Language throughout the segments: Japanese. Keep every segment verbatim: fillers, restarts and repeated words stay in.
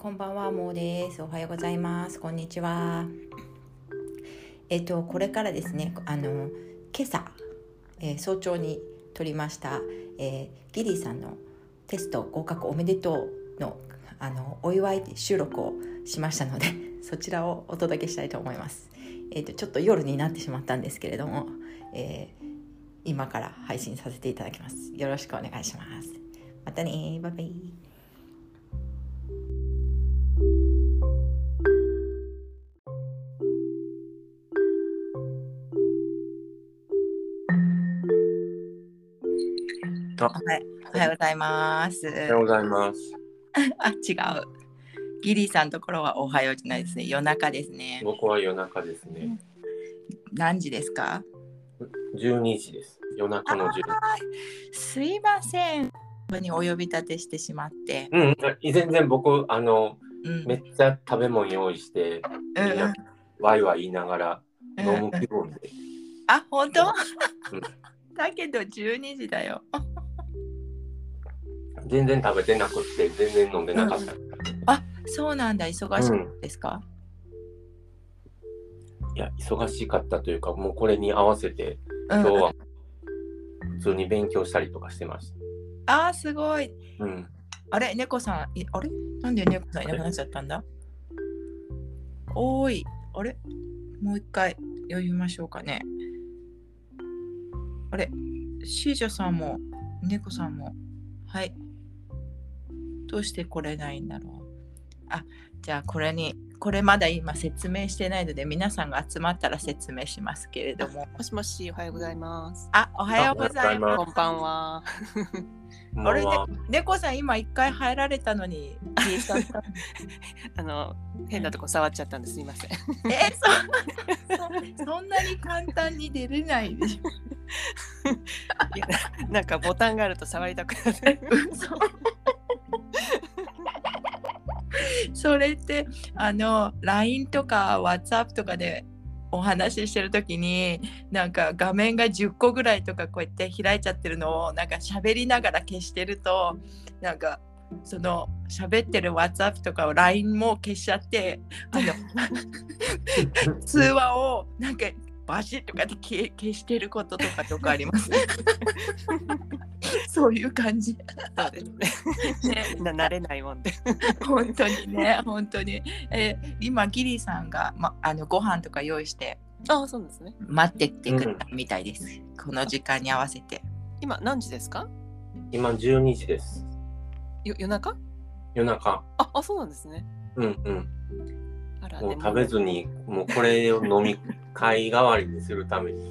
こんばんは、もうです。おはようございます。こんにちは。えっとこれからですね、あの今朝、えー、早朝に撮りました、えー、ギリーさんのテスト合格おめでとうのあのお祝い収録をしましたので、そちらをお届けしたいと思います。えっとちょっと夜になってしまったんですけれども、えー、今から配信させていただきます。よろしくお願いします。またね、バイバイ。おはおはようございます。 おはようございます。 あ、違う。ギリーさんのところはおはようじゃないですね。夜中ですね。 僕は夜中ですね。 何時ですか？ じゅうにじです。夜中のじゅうにじ。すいません。にお呼び立てしてしまって。 うん、全然僕あの、うん、めっちゃ食べ物用意して、みんな、うん、ワイワイ言いながら飲む気分で。うん、 あ、本当？うん、だけどじゅうにじだよ。 全然食べてなくて全然飲んでなかった。うん、 あ、そうなんだ。忙しいですか？ うん、いや忙しかったというか、もうこれに合わせて今日は普通に勉強したりとかしてました。 あー、すごい。うん、あれ、猫さん、あれなんで猫さんいなくなっちゃったんだ？おーい、あれもう一回読みましょうかね。あれ、シージャさんも猫さんも、はい。どうして来れないんだろう。あ、じゃあこれにこれまだ今説明してないので、皆さんが集まったら説明しますけれども。 もしもし、おはようございます。 あ、おはようございます。 こんばんは。 あれ、ね、猫さん今一回入られたのに消えちゃったあの変なとこ触っちゃったんです。すみません。 えそ, そんなに簡単に出れないでしょ。 いや、なんかボタンがあると触りたくなる。 それってあの ライン とか WhatsApp とかでお話ししてるときに、なんか画面がじゅっこぐらいとかこうやって開いちゃってるのをなんか喋りながら消してると、なんかその喋ってる WhatsApp とかを ライン も消しちゃって、あの通話をなんかバシッとかで 消, 消してることとかとかありますそういう感じ。 そうですね。ね、慣れないもんで。 本当にね、本当に。えー、今ギリーさんが、ま、あのご飯とか用意して、 あ、そうですね。 待っててくれたみたいです。うん、この時間に合わせて。 今何時ですか？ 今じゅうにじです。 よ夜中？ 夜中。 あ、あ、そうなんですね。 うんうん。 あら、 もう食べずに、もうこれを飲み会代わりにするために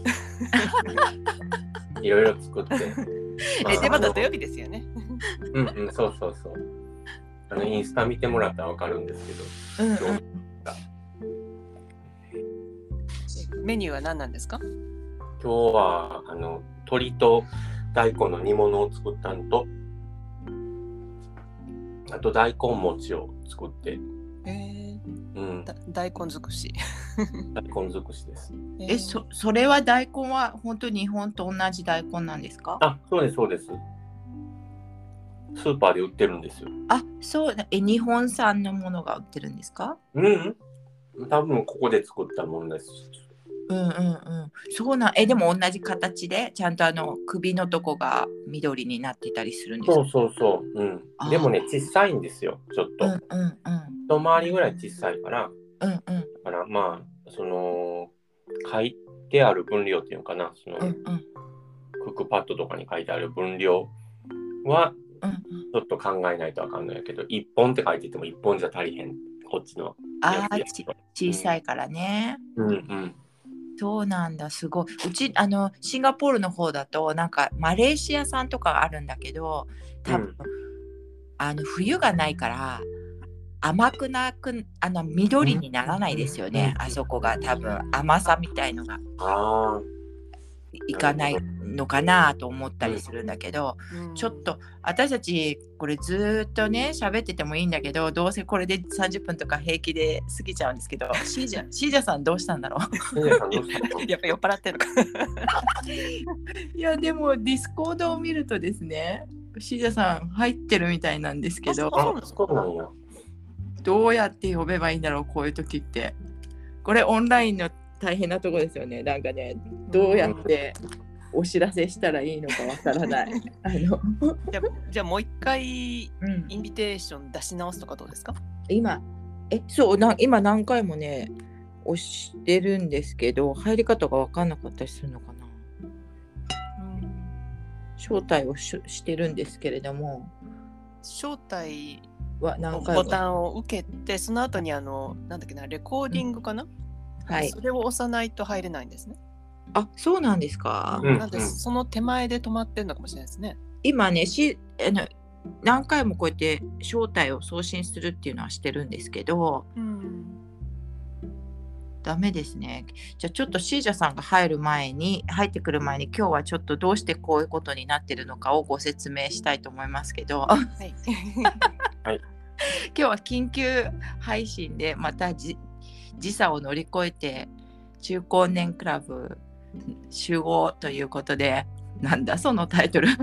いろいろ作って。 まあ、え、でまだ土曜日ですよね。 うんうん、そうそうそう。あのインスタ見てもらったらわかるんですけど、うんうん、今日メニューは何なんですか？ 今日はあの鶏と大根の煮物を作ったのと、あと大根餅を作って。 えーうん、大根尽くし。 大根尽くしです。 えー、そ, それは大根は本当に日本と同じ大根なんですか？ あ、そうですそうです。スーパーで売ってるんですよ。 あ、そう。え、日本産のものが売ってるんですか？ うん、多分ここで作ったものです。 うんうんうん。そうなん。え、でも同じ形でちゃんとあの首のとこが緑になってたりするんですか？ そうそうそう。うん。でもね、小さいんですよ。ちょっと。うんうんうん。一回りぐらい小さいから。うんうん。だからまあその書いてある分量っていうのかな。その、うんうん、クックパッドとかに書いてある分量はちょっと考えないとあかんのやけど、いっぽんって書いててもいっぽんじゃ足りへん。こっちのやつや。 ああ、小さいからね。 うんうん。 そうなんだ、すごい。うちあのシンガポールの方だとなんかマレーシア産とかあるんだけど、多分、うん、あの冬がないから甘くなくあの緑にならないですよね、うん、あそこが多分甘さみたいのがいかないのかなと思ったりするんだけど、うん、ちょっと私たちこれずっとね喋っててもいいんだけど、どうせこれでさんじゅっぷんとか平気で過ぎちゃうんですけど、シージャシージャさんどうしたんだろうやっぱ酔っ払ってるのかいやでもディスコードを見るとですね、シージャさん入ってるみたいなんですけど。 あ、そうなんや。 どうやって呼べばいいんだろう、こういう時って。これオンラインの大変なとこですよね。なんかね、どうやってお知らせしたらいいのかわからない。あのじゃあ、じゃあもう一回インビテーション出し直すとかどうですか？ 今、え、そうな、今何回もね、押してるんですけど、入り方が分かんなかったりするのかな。うん、招待を し, してるんですけれども、 招待は何回もボタンを受けて、その後にあの、なんだっけな、レコーディングかな、うん、 はい。 それを押さないと入れないんですね。 あ、そうなんですか。 うん、なんで、その手前で止まってるのかもしれないですね。 今ね、しあの何回もこうやって招待を送信するっていうのはしてるんですけど、うん、ダメですね。じゃあちょっとシージャさんが入る前に入ってくる前に今日はちょっとどうしてこういうことになってるのかをご説明したいと思いますけど、はい、はい、今日は緊急配信でまたじ時差を乗り越えて中高年クラブ集合ということで、なんだそのタイトル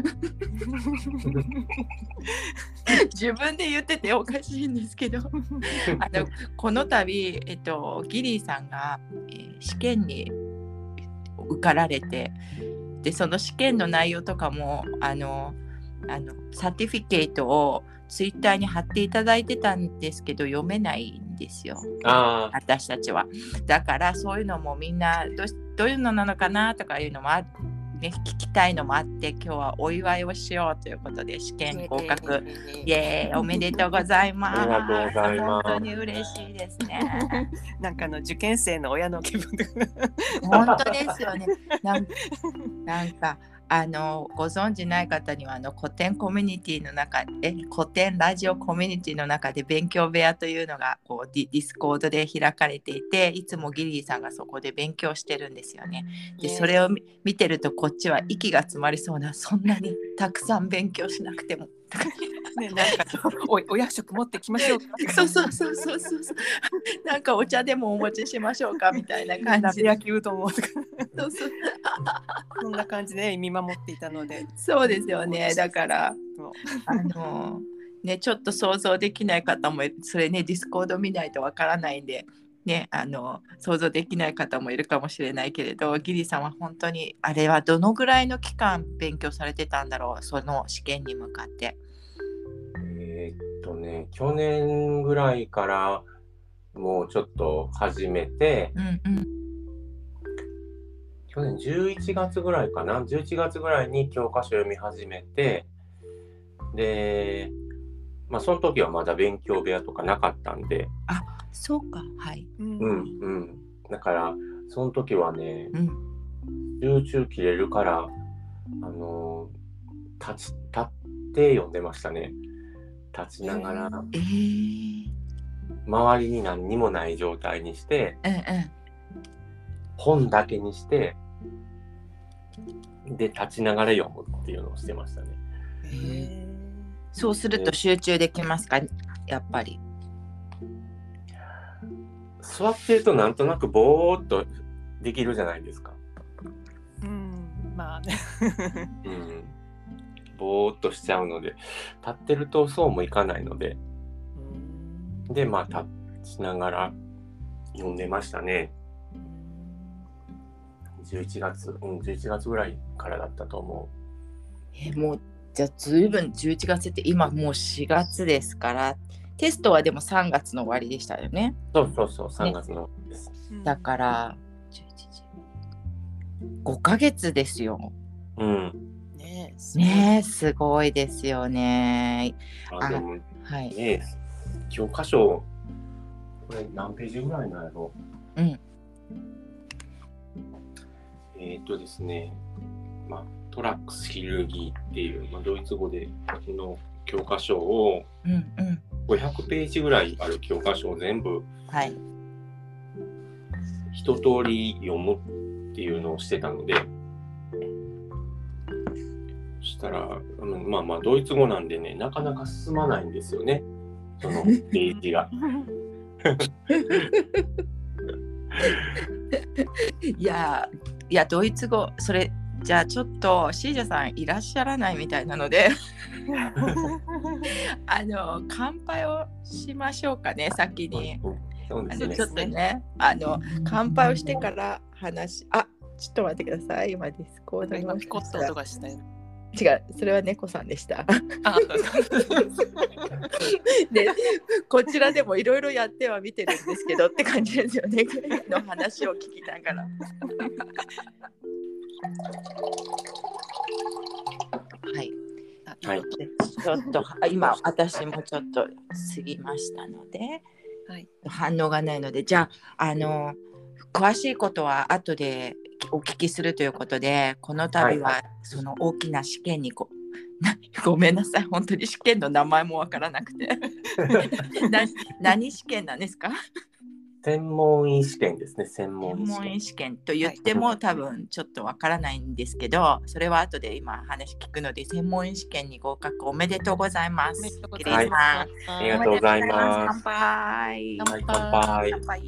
自分で言ってておかしいんですけどあのこの度、えっと、ギリーさんが、えー、試験に受かられて、でその試験の内容とかもあのあのサティフィケートをツイッターに貼っていただいてたんですけど読めないんですよ、あ私たちは。だからそういうのもみんな ど, どういうのなのかなとかいうのもあってね、聞きたいのもあって、今日はお祝いをしようということで試験合格、イエーイ、おめでとうございます。 ありがとうございます。 本当に嬉しいですね。 なんかの受験生の親の気分で本当ですよね。なんなんかあのご存じない方にはあの古典コミュニティの中え古典ラジオコミュニティの中で勉強部屋というのがこう ディ, ディスコードで開かれていて、いつもギリーさんがそこで勉強してるんですよね。でそれを見てるとこっちは息が詰まりそうな、そんなにたくさん勉強しなくてもね、なんか お, お役職持ってきましょうかそうそうそうそうそうなんかお茶でもお持ちしましょうかみたいな感じで、 焼きうどんをとかそうそうそんな感じで見守っていたので。 そうですよね。だからあのね、ちょっと想像できない方もそれねディスコード見ないとわからないんでね、あの想像できない方もいるかもしれないけれど、ギリさんは本当にあれはどのぐらいの期間勉強されてたんだろう、その試験に向かって。 えー、っとね去年ぐらいからもうちょっと始めて、うんうん、去年じゅういちがつぐらいかな、じゅういちがつぐらいに教科書読み始めて、でまあその時はまだ勉強部屋とかなかったんで。 あ、そうか、はい。 うんうん。だからその時はね、うん、集中切れるからあの立ち立って読んでましたね。立ちながら、えー、周りに何にもない状態にして、うんうん、本だけにしてで立ちながら読むっていうのをしてましたね。 へー、そうすると集中できますか、やっぱり。 座ってるとなんとなくぼーっとできるじゃないですか。 うん、まあね、 うん、ぼーっとしちゃうので、立ってるとそうもいかないので、でまあ立ちながら読んでましたね。じゅういちがつ、うん、じゅういちがつぐらいからだったと思う。 えー、もうじゃあずいぶんじゅういちがつって今もうしがつですから、テストはでもさんがつの終わりでしたよね。 そうそうそう、さんがつのです、 ね、だからごかげつですよ。うん。ねえ、すごい、ね、すごいですよね。 あ、でも、はい、ね、教科書これ何ページぐらいなんやろ。うん。えっとですね、まあ、トラックスヒルギーっていう、まあ、ドイツ語での教科書を、うんうん、ごひゃくページぐらいある教科書を全部、はい、一通り読むっていうのをしてたので、そしたら、あのまあまあドイツ語なんでね、なかなか進まないんですよね、そのページが。 いやいやドイツ語それじゃあちょっとシージャさんいらっしゃらないみたいなのであの乾杯をしましょうかね、先に。 そうですね、 あのちょっとね、あの乾杯をしてから話、あ、ちょっと待ってください。今ディスコード今ピコッと音がしたよ。 違う、それは猫さんでした。 あで、こちらでもいろいろやっては見てるんですけどって感じですよね。の話を聞きながら。はい。はい、ちょっと今私もちょっと過ぎましたので、はい、反応がないので、じゃあ、あの詳しいことは後でお聞きするということで、この度はその大きな試験にこごめんなさい、本当に試験の名前もわからなくてな何試験なんですか？ 専門医試験ですね。専門医試験。専門医試験と言っても、はい、多分ちょっとわからないんですけど、それは後で今話聞くので、専門医試験に合格おめでとうございます。 キリさん、ありがとうございます。 乾杯。 乾杯。乾杯。乾杯。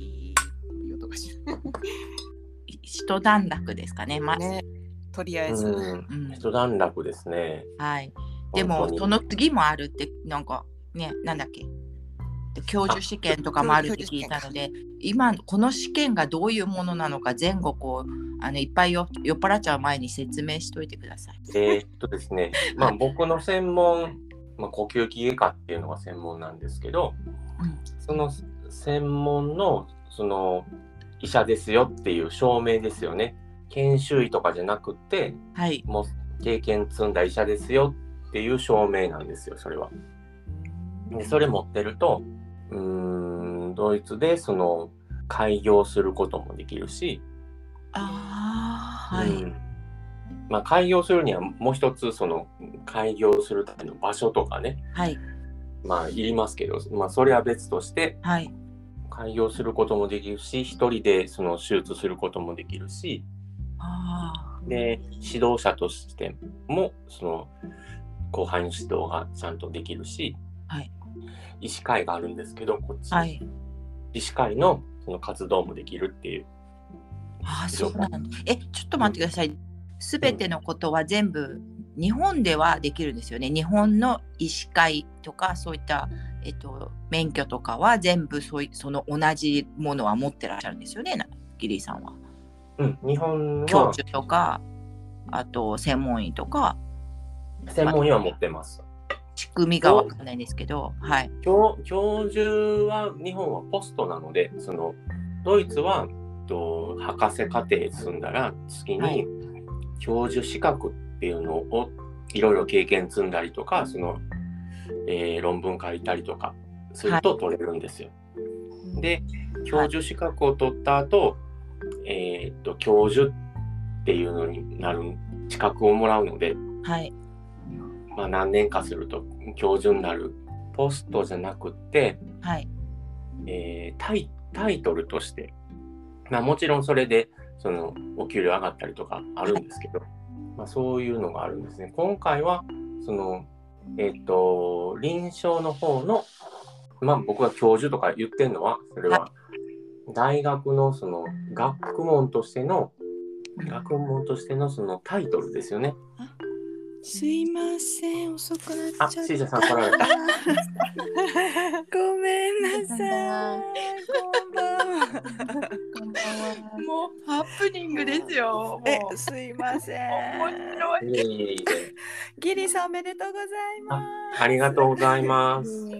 一段落ですかね。まあ、ね、 とりあえず、 うん、一段落ですね。 はい。でもその次もあるってなんかね、なんだっけ。教授試験とかもあるって聞いたので、今この試験がどういうものなのか前後こうあのいっぱいよ酔っ払っちゃう前に説明しといてください。 えー、っとですね、まあ僕の専門、まあ、呼吸器外科っていうのが専門なんですけど、うん、その専門のその医者ですよっていう証明ですよね。研修医とかじゃなくて、はい、もう経験積んだ医者ですよっていう証明なんですよ、それは。でそれ持ってると、うーん、ドイツでその開業することもできるし、 あー、はい、うん、 まあ、開業するにはもう一つその開業するための場所とかね、はい、まあいりますけど、まあ、それは別として、はい、開業することもできるし、一人でその手術することもできるし、あで指導者としてもその後輩の指導がちゃんとできるし、はい、医師会があるんですけど、こっち、はい、医師会のその活動もできるっていう。 ああ、そうなんだ。え、ちょっと待ってください。すべてのことは全部日本ではできるんですよね。日本の医師会とかそういった、えっと、免許とかは全部そういその同じものは持ってらっしゃるんですよね、ギリーさんは。 うん、日本は教授とか、あと専門医とか。 専門医は持ってます。 仕組みがわかんないんですけど、はい、 教, 教授は日本はポストなので、そのドイツはと博士課程積んだら月に教授資格っていうのをいろいろ経験積んだりとか、その、えー、論文書いたりとかすると取れるんですよ。はい、で教授資格を取った後、えー、と教授っていうのになる資格をもらうので、はい、まあ、何年かすると教授になる。ポストじゃなくて、はい、えー、タイ、タイトルとして、まあ、もちろんそれでそのお給料上がったりとかあるんですけど、はい、まあ、そういうのがあるんですね。今回はその、えーと、臨床の方の、まあ、僕が教授とか言ってるのは、それは大学のその学問としての、学問としてのそのタイトルですよね。 すいません、遅くなっちゃった。 あ、シージャさん来られた。 ごめんなさい。こんばんは。こんばんは。もうハプニングですよ。え、すいません。面白い。ギリさんおめでとうございます。 あ、ありがとうございます。もう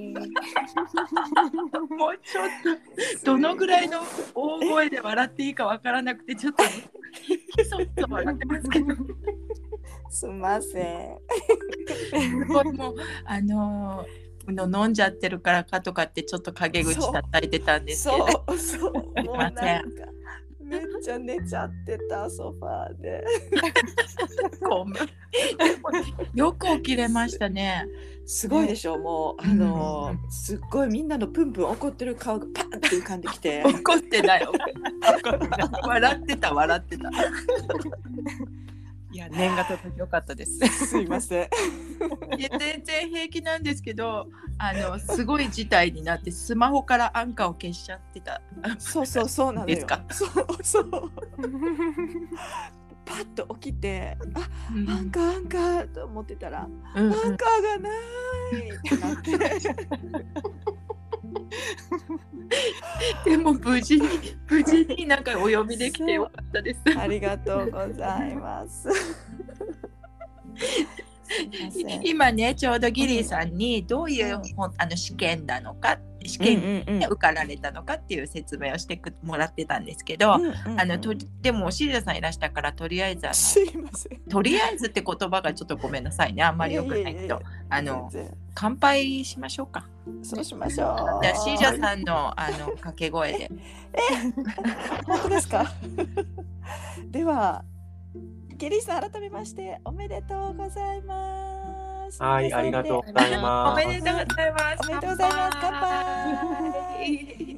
ちょっとどのぐらいの大声で笑っていいかわからなくてちょっとひそひそ笑ってますけど。すみません。すごいもうあのー、の飲んじゃってるからかとかってちょっと陰口叩いてたんですけど。そうそう。もうなんかめっちゃ寝ちゃってたソファーで。ごめん。よく起きれましたね。すごいでしょ、もうあのーうん、すっごいみんなのプンプン怒ってる顔がパンって浮かんできて。怒ってないよ。笑ってた笑ってた。いや、念が届きよかったです。すいません。いや、全然平気なんですけど、あのすごい事態になってスマホからアンカーを消しちゃってた。そうそうそうなのよ。ですか。そうそう。 パッと起きて、あ、うん、アンカーアンカーと思ってたら、うん、アンカーがないってなってでも無事に無事になんかお呼びできてよかったです。 ありがとうございます今ねちょうどギリーさんにどういう、うん、あの試験なのか試験に受かられたのかっていう説明をしてもらってたんですけど、うんうんうん、あのとでもシージャさんいらしたからとりあえずあのとりあえずって言葉がちょっとごめんなさいね、あんまりよくないけど、あの乾杯しましょうか。 そうしましょう。 じゃあシージャさんのあの掛け声でえ本当ですかではギリーさん改めましておめでとうございます。 はい、ありがとうございます。 おめでとうございます。 おめでとうございます。乾杯。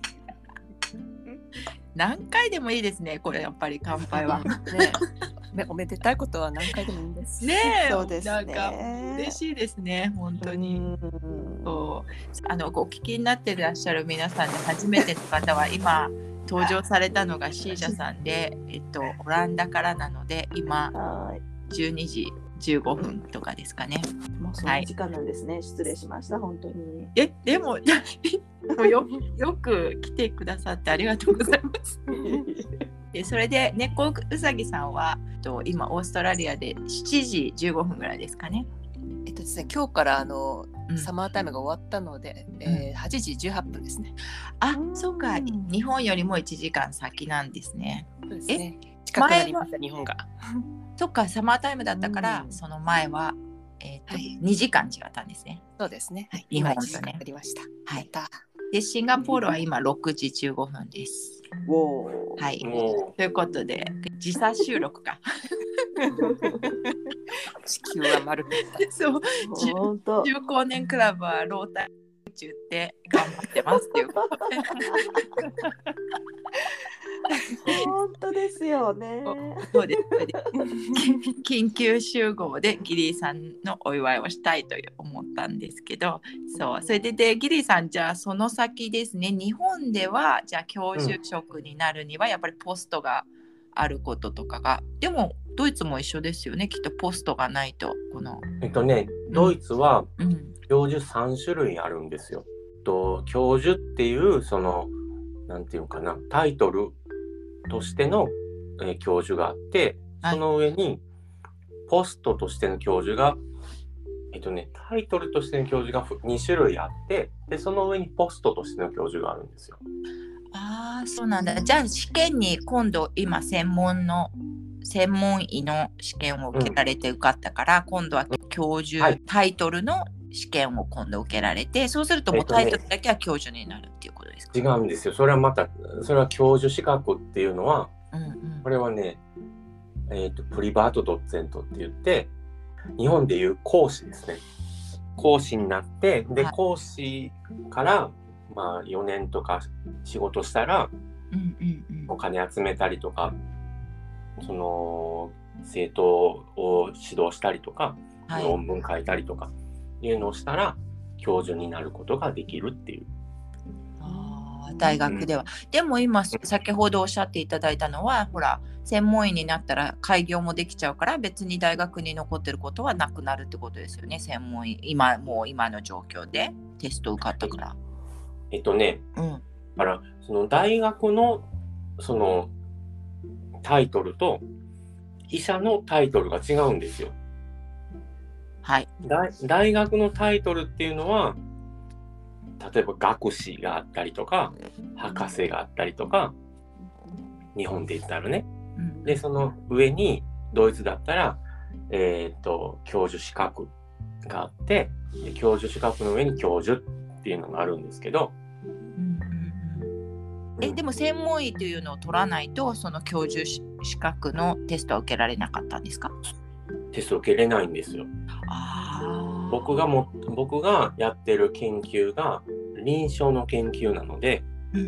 何回でもいいですね。これやっぱり乾杯は。 ね、おめでたいことは何回でもいいんです。 ねえ、 そうですね。 なんか嬉しいですね、本当に。そうあのお聞きになっていらっしゃる皆さんで初めての方は今登場されたのがシージャさんで、えっとオランダからなので今じゅうにじじゅうごふんとかですかね。 もうその時間なんですね。はい、失礼しました本当に。 えでもよよく来てくださってありがとうございます。でそれで猫うさぎさんはと今オーストラリアでしちじじゅうごふんぐらいですかね。 えっとですね今日からあの、うん、サマータイムが終わったので、うんえー、はちじじゅうはっぷんですね。 あ、そうか。日本よりもいちじかん先なんですね。 そうですね。近くなりました日本が。 そっかサマータイムだったから、うん、その前は、えーとはい、にじかん違ったんですね。 そうですね。 はい、日本とね。 ありました。 はい。でシンガポールは今ろくじじゅうごふんです。 おはい。ということで時差収録か。 地球は丸くそう中高年クラブはロータイム中って頑張ってますっていうことで本当ですよね。 そうです緊急集合でギリーさんのお祝いをしたいと思ったんですけど、そうそれででギリーさんじゃあその先ですね、日本ではじゃあ教授職になるにはやっぱりポストがあることとかが、でもドイツも一緒ですよね、きっとポストがないとこのえっとねドイツは教授さん種類あるんですよ。うん、と教授っていうそのなんていうかなタイトルとしての、えー、教授があって、その上にポストとしての教授が、えっとね、タイトルとしての教授がに種類あって、でその上にポストとしての教授があるんですよ。 ああ、そうなんだ。じゃあ試験に今度今専門の専門医の試験を受けられて受かったから、うん、今度は教授、はい、タイトルの試験を今度受けられて、そうするともうタイトルだけは教授になるっていうことですか？ えっとね、違うんですよ。それはまたそれは教授資格っていうのは、うんうん、これはね、えーと、プリバートドッツェントって言って日本でいう講師ですね。講師になってで、はい、講師からまあよねんとか仕事したら、うんうんうん、お金集めたりとか、その生徒を指導したりとか、はい、論文書いたりとかいうのをしたら教授になることができるっていう。 あ、大学では、うん、でも今先ほどおっしゃっていただいたのは、ほら専門医になったら開業もできちゃうから別に大学に残ってることはなくなるってことですよね。専門医今もう今の状況でテスト受かったから。 えっとね、うん、だからその大学のそのタイトルと医者のタイトルが違うんですよ。 はい、 大, 大学のタイトルっていうのは例えば学士があったりとか博士があったりとか、日本で言ったらね、うん、でその上にドイツだったら、えー、と教授資格があって、で教授資格の上に教授っていうのがあるんですけど、うんうん、えでも専門医というのを取らないとその教授資格のテストは受けられなかったんですか？ テスト受けれないんですよ。あ僕がも僕がやってる研究が臨床の研究なので、うんうん、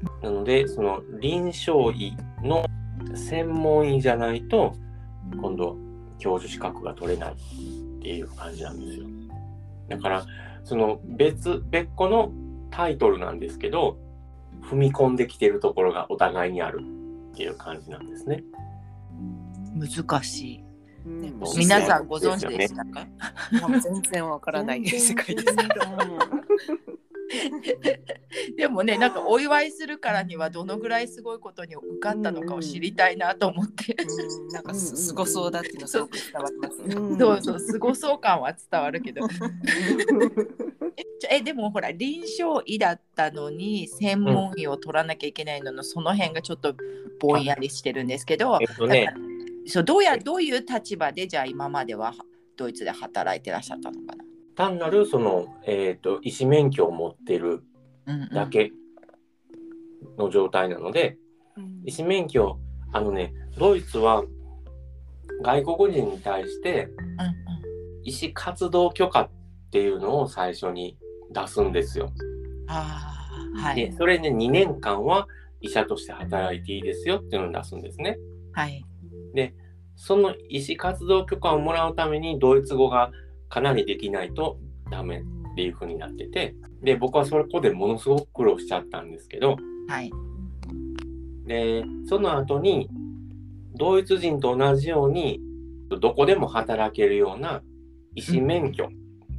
なのでその臨床医の専門医じゃないと今度教授資格が取れないっていう感じなんですよ。だからその別別個のタイトルなんですけど、踏み込んできてるところがお互いにあるっていう感じなんですね。 う難しい。 うん、 皆さんご存知でしたか？ 全然わからない世界です。 でもね、なんかお祝いするからにはどのぐらいすごいことに受かったのかを知りたいなと思って、 うん、なんかす、すごそうだっていうのすごく伝わりますね。 そうそう、すごそう感は伝わるけどえでもほら臨床医だったのに専門医を取らなきゃいけないのの、その辺がちょっとぼんやりしてるんですけど、 えっとね、 そうどうやどういう立場でじゃあ今まではドイツで働いてらっしゃったのかな。 単なるその、えーと、医師免許を持ってるだけの状態なので、うんうん、医師免許、あのね、ドイツは外国人に対して医師活動許可っていうのを最初に出すんですよ。 あ、はい、 でそれでにねんかんは医者として働いていいですよっていうのを出すんですね。 はい、 でその医師活動許可をもらうためにドイツ語がかなりできないとダメっていう風になってて、で僕はそこでものすごく苦労しちゃったんですけど、 はい、 でその後にドイツ人と同じようにどこでも働けるような医師免許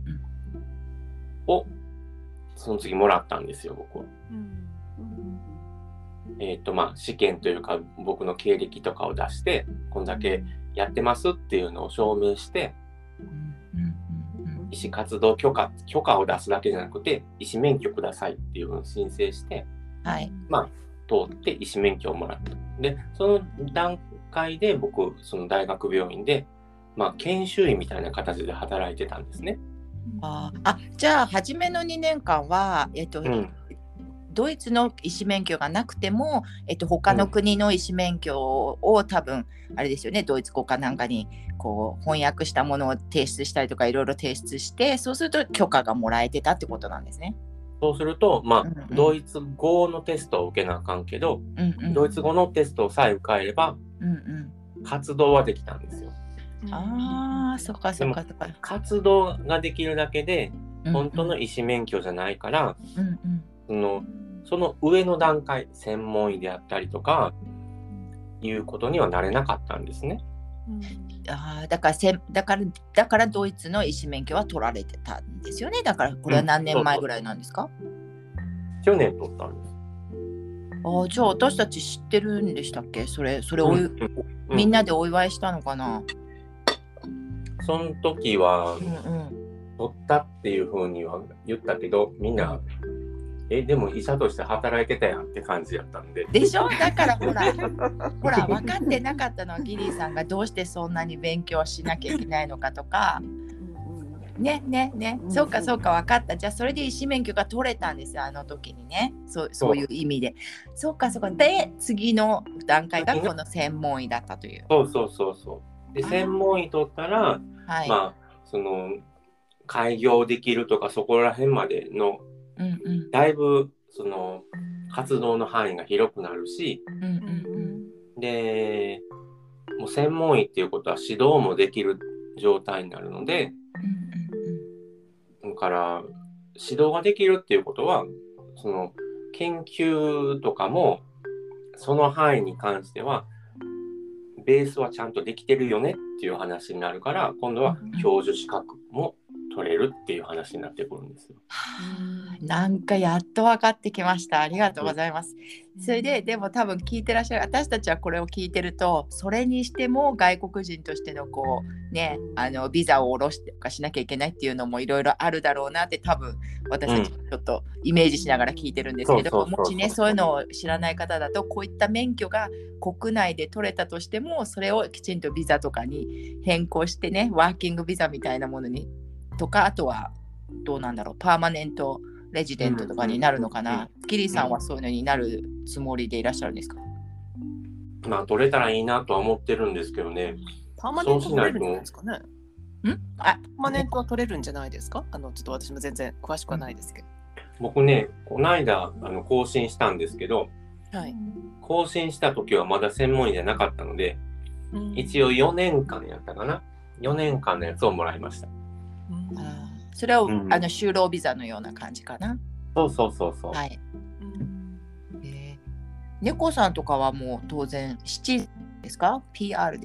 をその次もらったんですよ、僕は。うんえっとまあ試験というか僕の経歴とかを出してこんだけやってますっていうのを証明して、医師活動許可許可を出すだけじゃなくて医師免許くださいっていうのを申請して、 はい、 まあ通って医師免許をもらった。でその段階で僕その大学病院でまあ研修医みたいな形で働いてたんですね。 ああ、じゃあ初めのにねんかんはえっと、うんドイツの医師免許がなくても、えっと、他の国の医師免許を多分あれですよね、ドイツ語かなんかにこう翻訳したものを提出したりとかいろいろ提出して、そうすると許可がもらえてたってことなんですね。 そうすると、まあうんうん、ドイツ語のテストを受けなあかんけど、うんうん、ドイツ語のテストさえ受かれば、うんうん、活動はできたんですよ。 ああ、そっかそっかそっか。 活動ができるだけで、うんうん、本当の医師免許じゃないから、うんうん、そのその上の段階、専門医であったりとかいうことにはなれなかったんですね。 うん、あだからせだからだからドイツの医師免許は取られてたんですよね。だからこれは何年前ぐらいなんですか？ うん、去年取ったんです。 あじゃあ私たち知ってるんでしたっけ？それそれお、うんうん、みんなでお祝いしたのかな？ その時は、うんうん、取ったっていうふうには言ったけどみんな、うんえでも医者として働いてたやんって感じやったんで。 でしょ？だからほらほら分かってなかったのはギリーさんがどうしてそんなに勉強しなきゃいけないのかとかねねね、そうかそうか分かった。じゃあそれで医師免許が取れたんですよ、あの時にね。そう、そういう意味で。そうかそうか。で次の段階がこの専門医だったという。 そうそうそうそう。で専門医取ったら、はい、まあその開業できるとかそこら辺までのうんうん、だいぶその活動の範囲が広くなるし、うんうんうん、でもう専門医っていうことは指導もできる状態になるので、うんうんうん、だから指導ができるっていうことはその研究とかもその範囲に関してはベースはちゃんとできてるよねっていう話になるから、今度は教授資格も取れるっていう話になってくるんですよ。 なんかやっと分かってきました。ありがとうございます。それででも多分聞いてらっしゃる私たちはこれを聞いてると、それにしても外国人としてのこうねあのビザを下ろしてかしなきゃいけないっていうのもいろいろあるだろうなって多分私たちちょっとイメージしながら聞いてるんですけど、もしねそういうのを知らない方だと、こういった免許が国内で取れたとしてもそれをきちんとビザとかに変更してね、ワーキングビザみたいなものにとか、あとはどうなんだろう、パーマネントレジデントとかになるのかな、うんうん、キリさんはそういうのになるつもりでいらっしゃるんですか？ まあ取れたらいいなとは思ってるんですけどね。 パーマネント取れるんじゃないですかね。ん？あ、パーマネントは取れるんじゃないですか？あのちょっと私も全然詳しくはないですけど。 僕ね、この間あの更新したんですけど、はい、更新した時はまだ専門医じゃなかったので、うん、一応よねんかんやったかな。よねんかんのやつをもらいました。 うん、あそれは、うん、あの就労ビザのような感じかな。 そうそうそうそう。 はい。うんえー、猫さんとかはもう当然しちですか？ ピーアール ですか？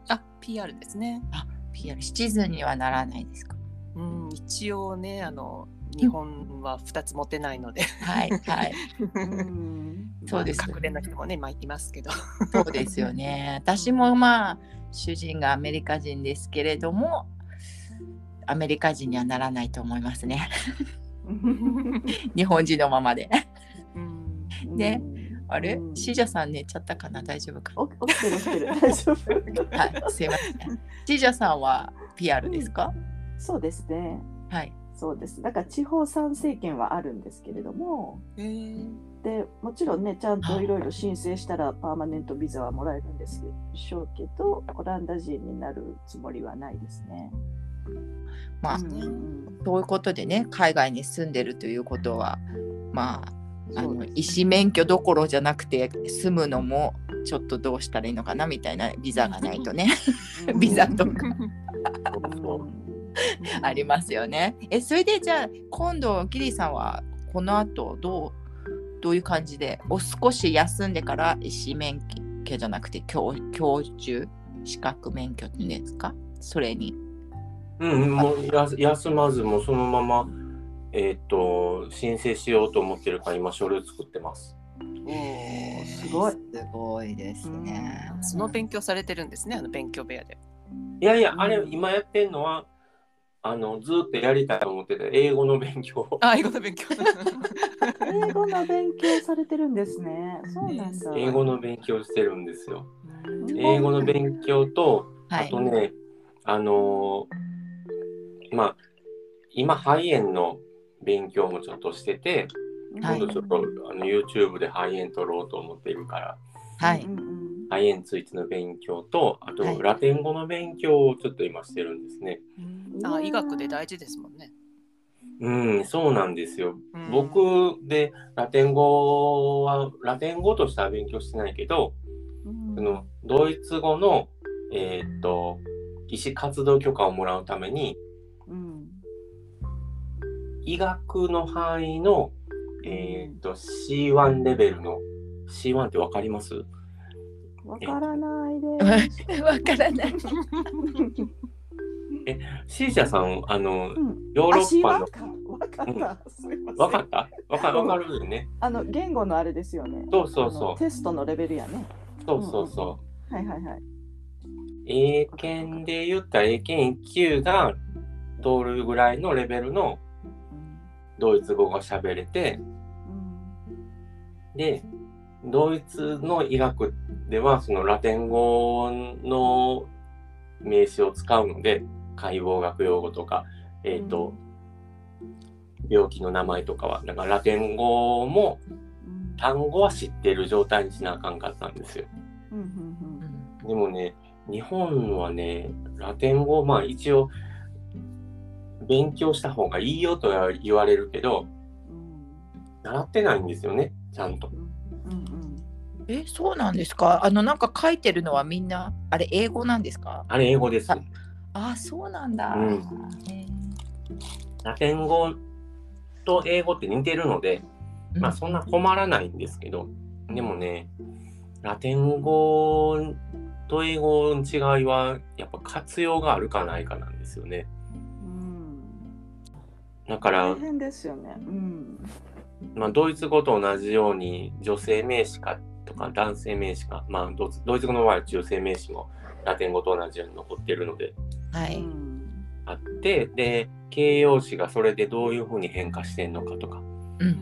あ、ピーアール ですね。 あ、ピーアール、シチズンにはならないですか？ うん、一応ね、あの日本はふたつ持てないので、 はいはい。そうです、 隠れの人もね、まあ、いますけど。 そうですよね。私もまあ主人がアメリカ人ですけれども、アメリカ人にはならないと思いますね。日本人のままで。で、あれ、シージャさん寝ちゃったかな、大丈夫かな。 起きてる起きてる、大丈夫。 はい、すいません。シージャさんは ピーアール ですか？ うん、そうですね。 はい。 そうです。だから地方参政権はあるんですけれども、えー、でもちろんね、ちゃんといろいろ申請したらパーマネントビザはもらえるんでしょうけど、オランダ人になるつもりはないですね。 まあ、うん、そういうことでね、海外に住んでるということは、まあ、あの医師免許どころじゃなくて住むのもちょっとどうしたらいいのかなみたいな、ビザがないとねビザとかありますよね。え、それでじゃあ今度キリさんはこの後どうどういう感じで、お少し休んでから医師免許じゃなくて教教授資格免許っていうんですか、それに。 うん、もうや休まずもそのまま、えー、と申請しようと思ってるから今書類作ってます。 おー、すごい。 すごいですね。 その勉強されてるんですね、あの勉強部屋で。 いやいや、あれ今やってるのはあのずっとやりたいと思ってた英語の勉強。 あ、英語の勉強。 英語の勉強されてるんですね。そうなんだ。 英語の勉強してるんですよ。英語の勉強と、あとね、はい、あのー、まあ今肺炎の勉強もちょっとしてて、はい、今度ちょっとあの YouTube で肺炎取ろうと思っているから、 はい、 肺炎についての勉強と、あとラテン語の勉強をちょっと今してるんですね。 はい、あ、医学で大事ですもんね。 うん、そうなんですよ。僕でラテン語はラテン語としては勉強してないけど、そのドイツ語のえー、っと医師活動許可をもらうために、うん、医学の範囲のえー、っと シーワン レベルの シーワン ってわかります？ わからないです。 わからない。 え、シーシャさん、あの、うん、ヨーロッパの。 わかった。うん、 わかったわかわかるよね。 あの、言語のあれですよね。 そうそうそう。 テストのレベルやね。 そうそうそう。 うんうん、はいはいはい。 英検で言ったら英検いっきゅうが通るぐらいのレベルのドイツ語が喋れて、うん、で、ドイツの医学ではそのラテン語の名詞を使うので、解剖学用語とか、えっと、うん、病気の名前とかは、だからラテン語も単語は知ってる状態にしなあかんかったんですよ。うんうんうん、でもね、日本はね、ラテン語、まあ一応勉強した方がいいよとは言われるけど、うん、習ってないんですよね、ちゃんと。うんうん、 え、そうなんですか。あのなんか書いてるのはみんなあれ英語なんですか？ あれ英語です。 ああ、そうなんだ、うん、 ラテン語と英語って似てるので、まあそんな困らないんですけど、うん、でもね、ラテン語と英語の違いはやっぱ活用があるかないかなんですよね。うん、だから大変ですよね。うん、 まあドイツ語と同じように女性名詞かとか男性名詞か、まあドイツ語の場合は女性名詞もラテン語と同じように残ってるので、はい、あって、で形容詞がそれでどういうふうに変化してんのかとか、うんうんうん、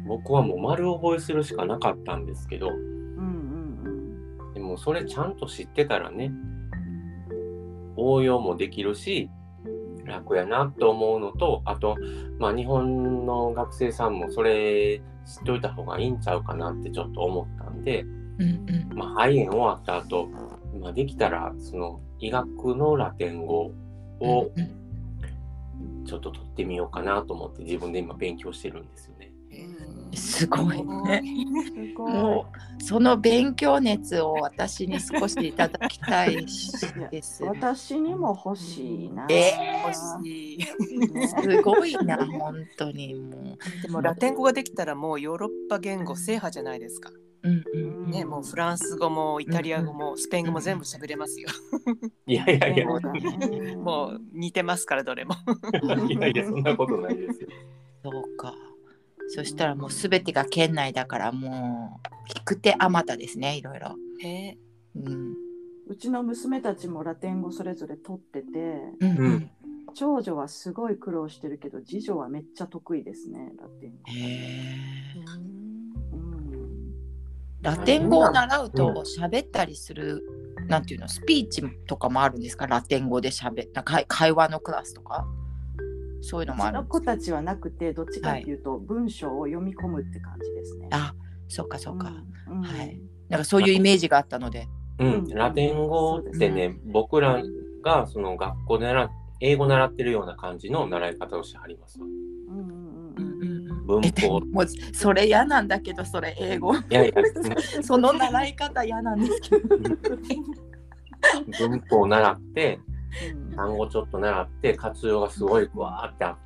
僕はもう丸覚えするしかなかったんですけど、うんうんうん、でもそれちゃんと知ってたらね、応用もできるし楽やなと思うのと、あと、まあ、日本の学生さんもそれ知っといた方がいいんちゃうかなってちょっと思ったんで、うんうん、まあ、肺炎終わった後、まあ、できたらその医学のラテン語をちょっと取ってみようかなと思って自分で今勉強してるんですよね。 すごいね。もうその勉強熱を私に少しいただきたいです。 私にも欲しいな。 えー、欲しい。すごいな、本当にもう。 でもラテン語ができたらもうヨーロッパ言語制覇じゃないですか。 うんうんね、もうフランス語もイタリア語もスペイン語も全部喋れますよ。 いやいやいや、 もう似てますからどれも。 いやいや、そんなことないですよ。 そうか。そしたらもうすべてが県内だからもう引く手あまたですね、いろいろ。 えーうん、うちの娘たちもラテン語それぞれ取ってて、 うんうん、 長女はすごい苦労してるけど次女はめっちゃ得意ですね、ラテン語。 へー、 うん、 ラテン語を習うと喋ったりする、うん、なんていうの、スピーチとかもあるんですか？ラテン語で喋った会話のクラスとかそういうのもあるんですか？ うちの子たちはなくて、どっちかっていうと文章を読み込むって感じですね。 はい、あ、そうかそうか、 うん、 はい。なんかそういうイメージがあったので。 うん、ラテン語ってね、うん、僕らがその学校で習英語習ってるような感じの習い方をしてはります。うんうんうんうん、文法。 もうそれ嫌なんだけど、それ英語。いやいやその習い方嫌なんですけど。 文法を習って、単語ちょっと習って活用がすごいわーってあって、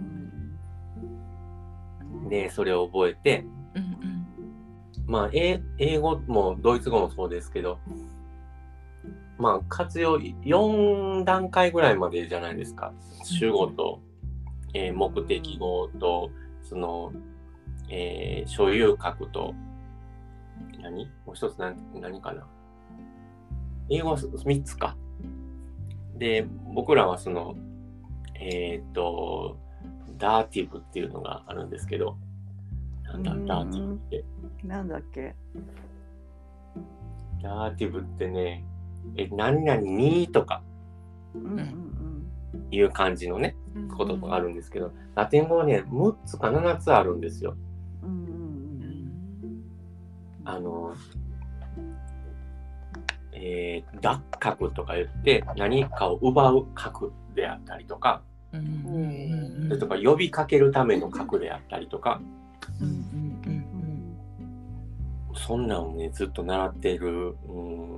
うん、でそれを覚えて、うんうん、まあ英語もドイツ語もそうですけど、まあ活用よん段階ぐらいまでじゃないですか。主語と、えー、目的語とその、えー、所有格と何もう一つ 何, 何かな英語はみっつか。で、僕らはその、えっと、ダーティブっていうのがあるんですけど、なんだ、ダーティブって。 なんだっけ？ ダーティブってね、え、何々にとか、いう感じのね、言葉があるんですけど、ラテン語はね、むっつかななつあるんですよ。あの、えー、奪獲とか言って何かを奪う格であったりとか、うんうんうん、それとか呼びかけるための格であったりとか、うんうんうんうん、そんなんをねずっと習っている、うん、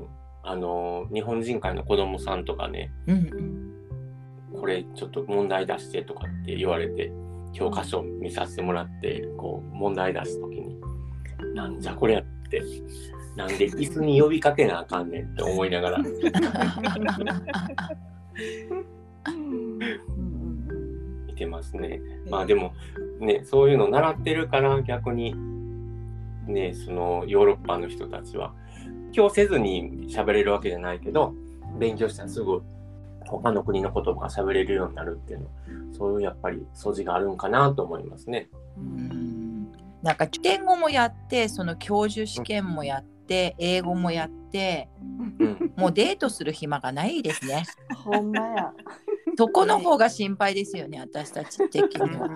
あの日本人会の子供さんとかね、うんうん、これちょっと問題出してとかって言われて教科書見させてもらってこう問題出すときになんじゃこれやってなんで椅子に呼びかけなあかんねんって思いながら見てますね。まあでもね、そういうの習ってるから逆にね、そのヨーロッパの人たちは勉強せずに喋れるわけじゃないけど、勉強したらすぐ他の国の言葉が喋れるようになるっていうの、そういうやっぱり素地があるんかなと思いますね。うん、 なんかラテン語もやって、その教授試験もやって、英語もやって、うん、もうデートする暇がないですね。 ほんまや。 そこの方が心配ですよね、私たち的には。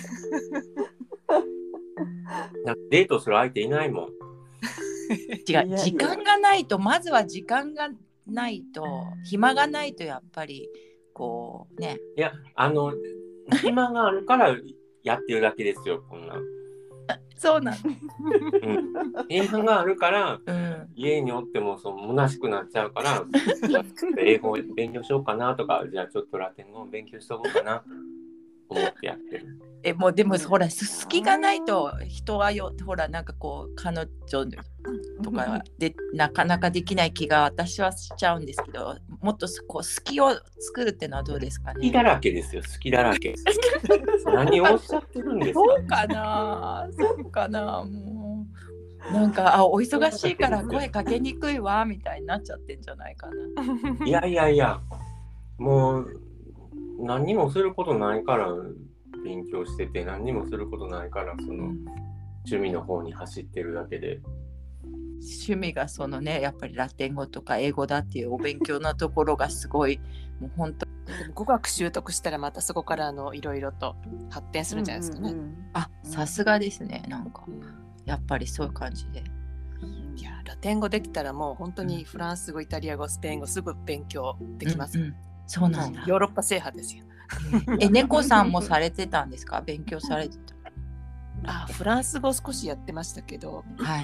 デートする相手いないもん。 違う、時間がないと、まずは時間がないと、暇がないとやっぱりこうね。 いや、あの暇があるからやってるだけですよ、こんな。 そうなん、 うん、暇があるから、うん、家におってもそう虚しくなっちゃうから英語を勉強しようかなとか、じゃあちょっとラテン語を勉強しとこうかなと思ってやってる。 え、もうでもほら隙がないと人はよ、ほらなんかこう彼女とかでなかなかできない気が私はしちゃうんですけど、もっとこう隙を作るってのはどうですかね。 好きだらけですよ、好きだらけ。何をおっしゃってるんですか。 そうかな、そうかな、もうなんかあお忙しいから声かけにくいわみたいになっちゃってんじゃないかな。 いやいやいや、もう何にもすることないから勉強してて、何にもすることないからその趣味の方に走ってるだけで。 趣味がそのね、やっぱりラテン語とか英語だっていうお勉強のところがすごい、もう本当。 でも語学習得したらまたそこからあのいろいろと発展するんじゃないですかね。うんうんうん、 あ、さすがですね。なんか、うん、やっぱりそういう感じで。 いや、ラテン語できたらもう本当にフランス語、イタリア語、スペイン語すぐ勉強できます。うんうん、 そうなんだ。 ヨーロッパ制覇ですよ。 え、猫さんもされてたんですか？勉強されてた。 あ、フランス語少しやってましたけど、はい、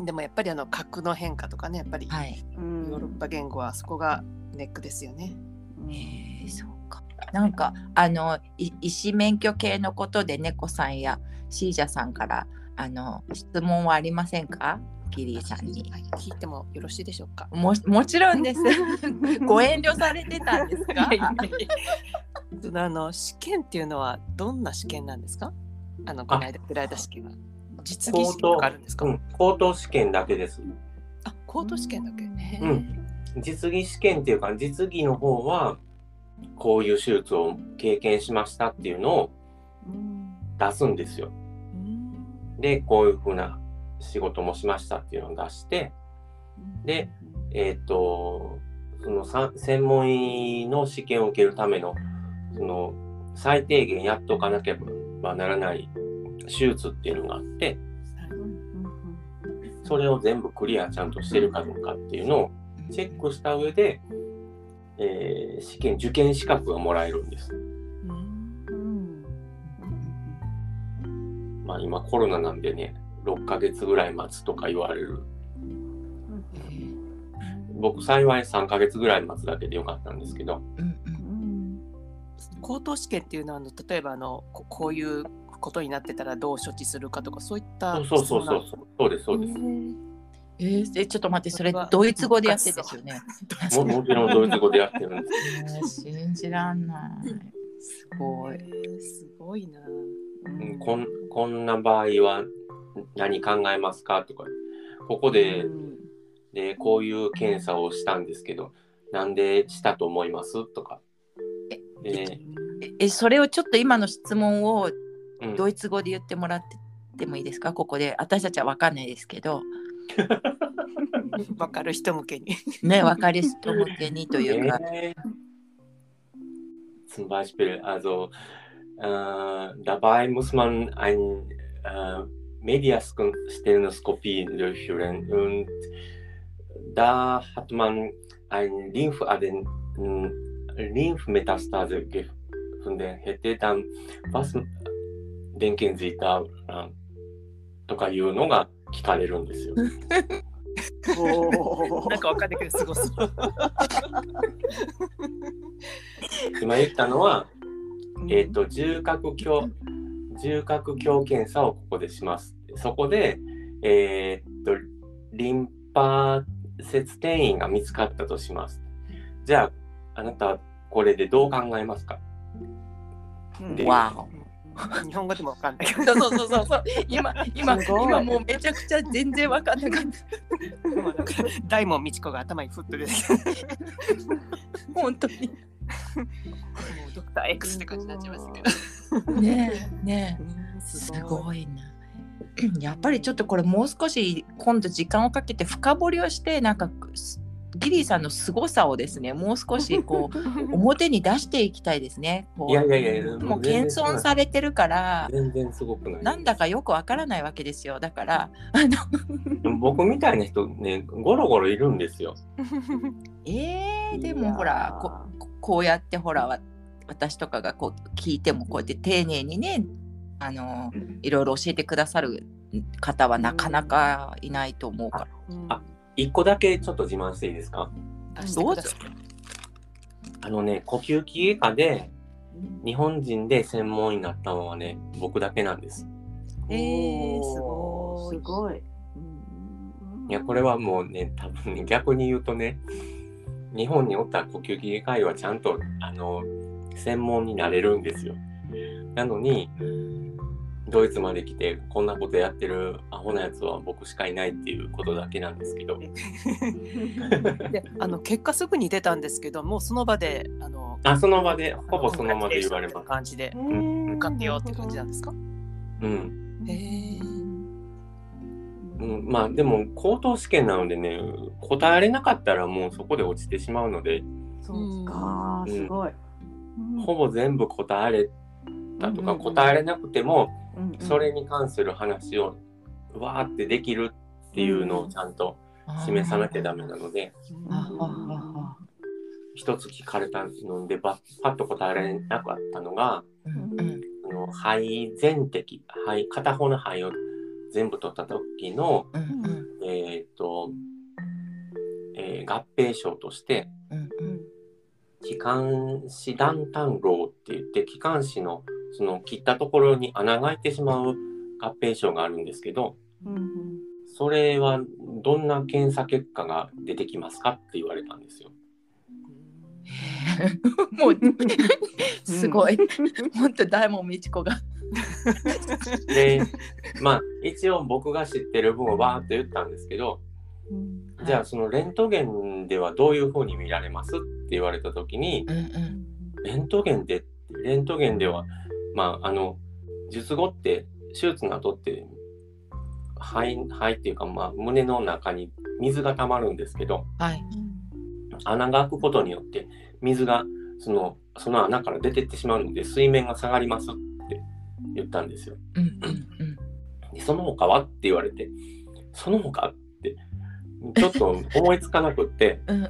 でもやっぱりあの格の変化とかね、やっぱり、はい、ヨーロッパ言語はそこがネックですよね。 へー、そうか。なんかあの医師免許系のことで猫さんやシージャさんからあの質問はありませんか、キリーさんに。 はい、聞いてもよろしいでしょうか。 も, もちろんです。ご遠慮されてたんですか？ あの試験っていうのはどんな試験なんですか？あのこの間振られた試験は実技試験とかあるんですか？ うん、口頭試験だけです。 あ、口頭試験だけ。 うん、実技試験っていうか、実技の方はこういう手術を経験しましたっていうのを出すんですよ。で、こういうふうな仕事もしましたっていうのを出して、で、えっと、その専門医の試験を受けるための、その最低限やっとかなければならない手術っていうのがあって、それを全部クリアちゃんとしてるかどうかっていうのをチェックした上で、えー、試験受験資格がもらえるんです。まあ今コロナなんでね、ろっかげつぐらい待つとか言われる。僕幸いさんかげつぐらい待つだけでよかったんですけど。 口頭試験っていうのはあの例えばあの こ, こういうことになってたらどう処置するかとかそういったそうそうそうそうそうですそうです。 えー、ちょっと待って、それドイツ語でやってるんですよね。 も, もちろんドイツ語でやってるんです。 えー、信じらんない。すごい。えー、すごいな、 うん、こん。こんな場合は何考えますかとか、ここで、うん、でこういう検査をしたんですけど、なんでしたと思いますとか。 ええそれをちょっと今の質問をドイツ語で言ってもらってもいいですか、うん、ここで。私たちは分かんないですけど分かる人向けにね、分かる人向けにというか、 えー、zum Beispiel also äh, dabei muss man ein äh, Mediastelenoskopie durchführen und da hat man ein Lymphaden Lymphmetastase gefunden. Hätte dann was denken Sie da とかいうのが聞かれるんですよ。 なんかわかんないけどすごそう。 今言ったのは、えっと重核鏡重核鏡検査をここでします。そこで、えー、っとリンパ節転移が見つかったとします。じゃああなたはこれでどう考えますか？ わお。日本語でもわかんないけど。そうそうそうそう。今今今もうめちゃくちゃ全然わかんなかった。 大門みち子が頭にふっと出てきた。 本当に。もうドクター X って感じになっちゃいましたけど。 ねえねえ、すごいな。やっぱりちょっとこれもう少し今度時間をかけて深掘りをして、なんかギリーさんの凄さをですね、もう少しこう表に出していきたいですね。 いやいやいや、 もう謙遜されてるから全然すごくない。 なんだかよくわからないわけですよ。だからあの僕みたいな人ね、ゴロゴロいるんですよ。 えー、でもほら こ, こうやってほら私とかがこう聞いてもこうやって丁寧にね、あのいろいろ教えてくださる方はなかなかいないと思うから。 ああ一個だけちょっと自慢していいですか？ どうぞ。 あのね、呼吸器外科で日本人で専門医になったのはね、僕だけなんです。 えー、すごい。 すごい。 いや、これはもうね、多分ね、逆に言うとね、日本におった呼吸器外科医はちゃんとあの専門になれるんですよ。なのにドイツまで来てこんなことやってるアホなやつは僕しかいないっていうことだけなんですけどで、あの結果すぐに出たんですけど、もうその場であのあそのまでほぼその場で言われます。 感じで受かってよって感じなんですか？ うん。 へえ。 うん、まあでも口頭試験なのでね、答えれなかったらもうそこで落ちてしまうので、 そうか、すごい、 うん、ほぼ全部答えれたとか、うんうん、答えれなくても、うんうん、それに関する話をわーってできるっていうのをちゃんと示さなきゃダメなので、うん、一つ聞かれたのでパッと答えられなかったのが、うんうん、あの肺全摘、肺片方の肺を全部取った時の、うんうん、えっと、えー、合併症として、うんうん、気管支断端漏って言って、気管支のその切ったところに穴が開いてしまう合併症があるんですけど、 うんうん、 それはどんな検査結果が出てきますかって言われたんですよ。 もうすごい本当大門未知子がでまあ一応僕が知ってる分をバーって言ったんですけど、うん、じゃあそのレントゲンではどういうふうに見られますって言われた時に、うんうん、レントゲンでレントゲンではまああの術後って手術の後って肺肺っていうか、まあ、胸の中に水が溜まるんですけど、はい、穴が開くことによって水がその、その穴から出てってしまうので水面が下がりますって言ったんですよ。うんうんうん、でその他はって言われて、その他ってちょっと思いつかなくってうん、うん、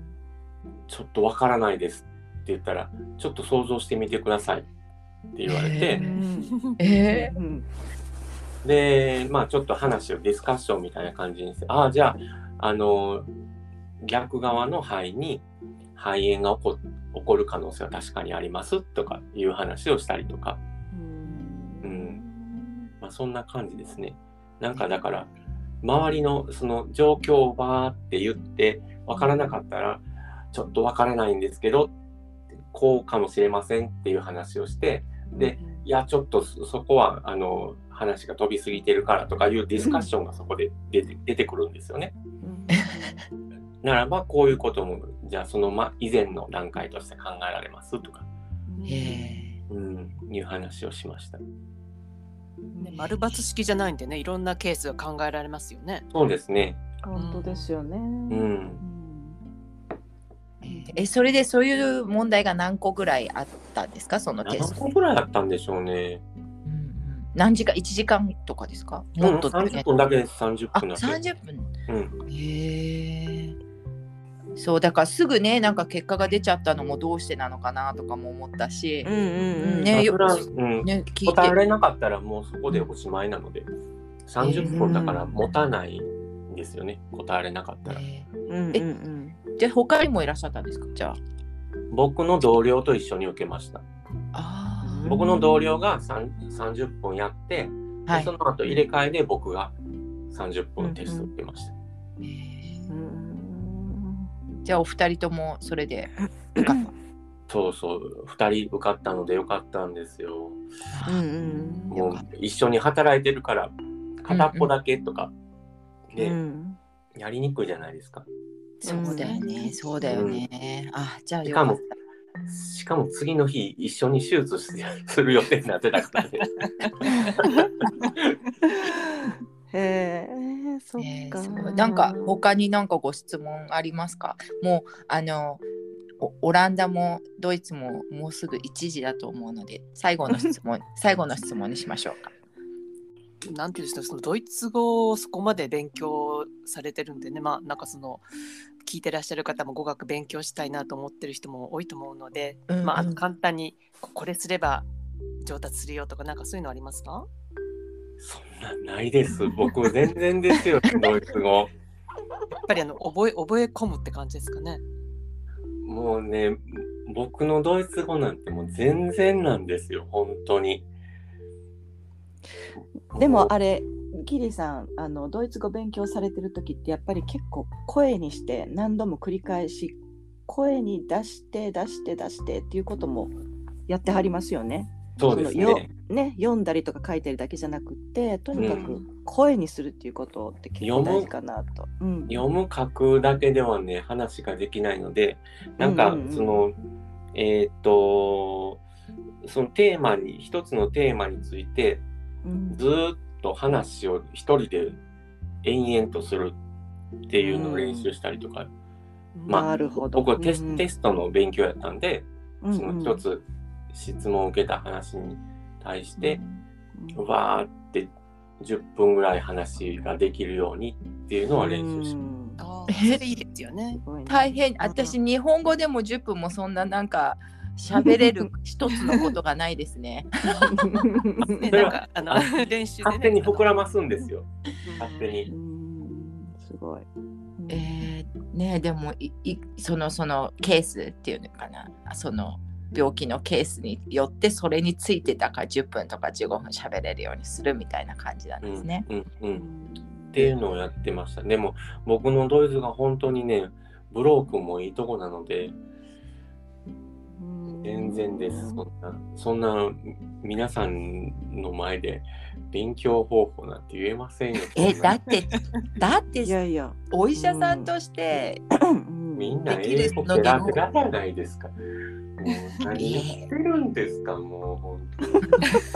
ちょっとわからないですって言ったら、ちょっと想像してみてくださいって言われて、えーうんで、まあちょっと話をディスカッションみたいな感じにして、ああ、じゃあ、あの、逆側の肺に肺炎が起こ、起こる可能性は確かにありますとかいう話をしたりとか、うん、まあそんな感じですね。なんかだから、周りのその状況をバーって言って、わからなかったら、ちょっとわからないんですけど、こうかもしれませんっていう話をして、で、いや、ちょっとそこは、あの、話が飛びすぎてるからとかいうディスカッションがそこで出て、出てくるんですよね。ならばこういうこともじゃあその、ま、以前の段階として考えられますとか、へー、うん、いう話をしました。 ね、丸抜式じゃないんでね、いろんなケースが考えられますよね。 そうですね。 本当ですよね。うん。 え、それでそういう問題が何個ぐらいあったんですか、そのケース。 何個ぐらいあったんでしょうね。 何時間いちじかんとかですか？もっと、ね、 さんじゅっぷんだけです。さんじゅっぷんだけ。 あ、さんじゅっぷん。うん、へえ。そうだからすぐね、なんか結果が出ちゃったのもどうしてなのかなとかも思ったし、うんうんうんね、 よく、うんね、聞いて答えられなかったらもうそこでおしまいなので、さんじゅっぷんだから持たないんですよね。答えられなかったら。えー、え、じゃあ他にもいらっしゃったんですか？じゃあ僕の同僚と一緒に受けました。あ、僕の同僚がさんじゅっぷんやって、はい、その後入れ替えで僕がさんじゅっぷんテスト受けました。うんうん、 じゃあお二人ともそれで受かったそうそう、ふたり受かったのでよかったんですよ。うんうん、もう一緒に働いてるから片っぽだけとか、うんうん、で、うん、やりにくいじゃないですか。 そうだよね、そうだよね。うん、あ、じゃあよかった。しかも次の日一緒に手術する予定になってたからね。 へえ、そっか。えー、 なんか他になんかご質問ありますか？もうあのオランダもドイツももうすぐいちじだと思うので、最後の質問最後の質問にしましょうか。 なんていうんですか、そのドイツ語をそこまで勉強されてるんでね、まあなんかその聞いてらっしゃる方も語学勉強したいなと思ってる人も多いと思うので、うんうん、まあ簡単にこれすれば上達するよとかなんかそういうのありますか？ そんなんないです。僕全然ですよドイツ語。やっぱりあの覚え覚え込むって感じですかね。 もうね、僕のドイツ語なんてもう全然なんですよ、本当に。 でもあれギリさん、あのドイツ語勉強されてる時ってやっぱり結構声にして何度も繰り返し声に出して出して出してっていうこともやってはりますよね。 そうですね。 そのよね、読んだりとか書いてるだけじゃなくってとにかく声にするっていうことって結構大事かなと。 読む、うん、読む書くだけではね話ができないので、なんかその、うんうんうん、えー、っとそのテーマに一つのテーマについてずっと話を一人で延々とするっていうのを練習したりとか、うん、まあなるほど。僕は テス、うん、テストの勉強やったんで、うんうん、その一つ質問を受けた話に対して、うん、わーってじゅっぷんぐらい話ができるようにっていうのは練習します。うん、 あそれいいですよね。 大変。私日本語でもじゅっぷんもそんななんか喋れる一つのことがないですね。 ね、なんかあの練習で、ね、 勝手に膨らますんですよ。勝手に。 うんすごい。 えー、ねでもいいそのそのケースっていうのかな、その病気のケースによってそれについてたからじゅっぷんとかじゅうごふん喋れるようにするみたいな感じなんですね。 うんうんうん、っていうのをやってました。でも僕のドイツが本当にねブロークもいいとこなので全然です。そんなそんな皆さんの前で勉強方法なんて言えませんよ。 えだってだっていやいやお医者さんとして、 うん、みんな英語ペラペラじゃないですか。もう何言ってるんですか、もう本当に。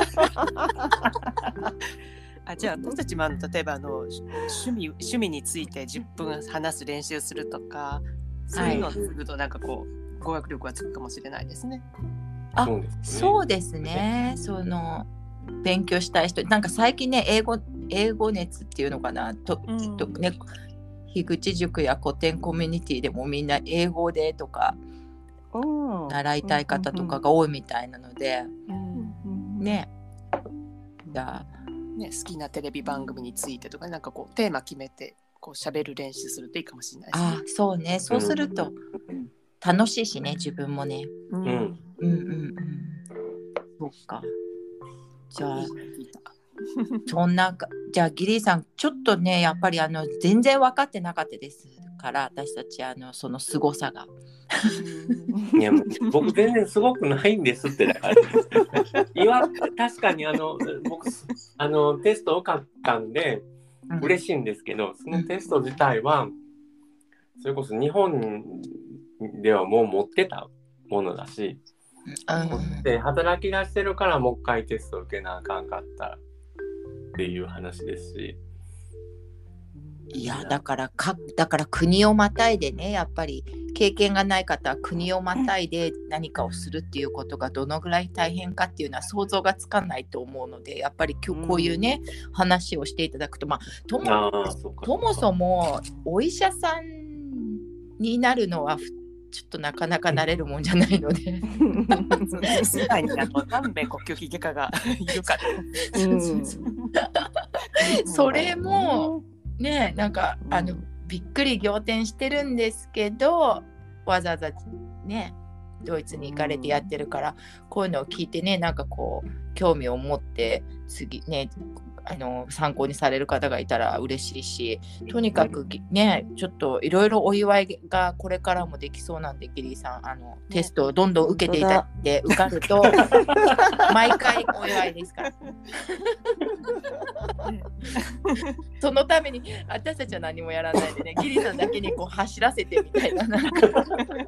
あじゃあ私たちもあの例えばあの趣味趣味についてじゅっぷん話す練習するとかそういうのをするとなんかこう、語学力がつくかもしれないですね。 あ、そうですね。そうですね。その勉強したい人なんか最近ね英語英語熱っていうのかなと、うん、とね樋口塾や古典コミュニティでもみんな英語でとか習いたい方とかが多いみたいなので、うんうん、ねじゃあね、好きなテレビ番組についてとかなんかこうテーマ決めてこう喋る練習するといいかもしれないですね。 あ、そうね。そうすると楽しいしね、自分もね。うん、うん、うんうん。そうか。じゃあそんなじゃあギリーさんちょっとねやっぱりあの全然分かってなかったですから私たちあのその凄さが。 いやもう僕全然すごくないんですってだから今確かにあの僕あのテスト受かったんで嬉しいんですけど、うん、そのテスト自体はそれこそ日本ではもう持ってたものだし、うん、で働き出してるからもう一回テスト受けなあかんかったっていう話ですし、 いやだからかだから国をまたいでねやっぱり経験がない方は国をまたいで何かをするっていうことがどのぐらい大変かっていうのは想像がつかないと思うのでやっぱり今日こういうね、うん、話をしていただくとまあとも、ともそもお医者さんになるのはちょっとなかなかなれるもんじゃないので世界に何名呼吸器外科がいるか、 うん、それもねなんかあのびっくり仰天してるんですけどわざわざねドイツに行かれてやってるから、うん、こういうのを聞いてねなんかこう興味を持って次ねあの参考にされる方がいたら嬉しいしとにかくねちょっといろいろお祝いがこれからもできそうなんでギリーさんあのテストをどんどん受けていただいて受かると毎回お祝いですからそのために私たちは何もやらないでねギリーさんだけにこう走らせてみたいななんか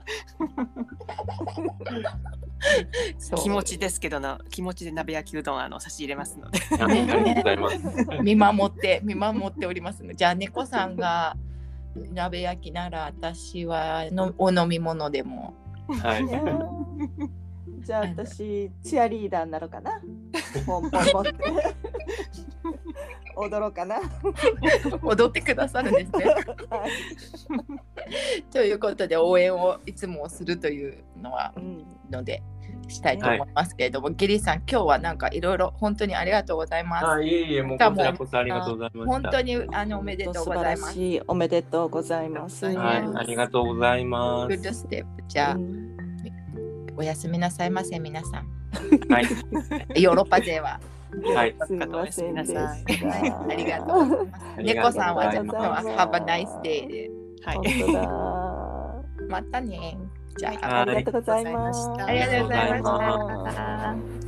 気持ちですけどな気持ちで鍋焼きうどんあの差し入れますのでありがとうございます見守って見守っておりますのでじゃあ猫さんが鍋焼きなら私はのお飲み物でもはいじゃあ私チアリーダーになるかなポンポンポンって踊ろうかな踊ってくださるんですね、はい、ということで応援をいつもするというのは、うん、のでしたいと思いますけれども、はい、ギリーさん今日はなんかいろいろ本当にありがとうございます。 あいえいえもうこちらこそありがとうございました。 本当にあのおめでとうございます。 おめでとうございます。 はいありがとうございます。 グッドステップじゃあ、うん、おやすみなさいませ皆さん。 はい。 ヨーロッパ勢は。 はい。 すみませんでした。 ありがとうございます。猫さんはじゃあ Have a nice day で。 はい。本当だ。 またね。じゃあ、ありがとうございました。 ありがとうございました。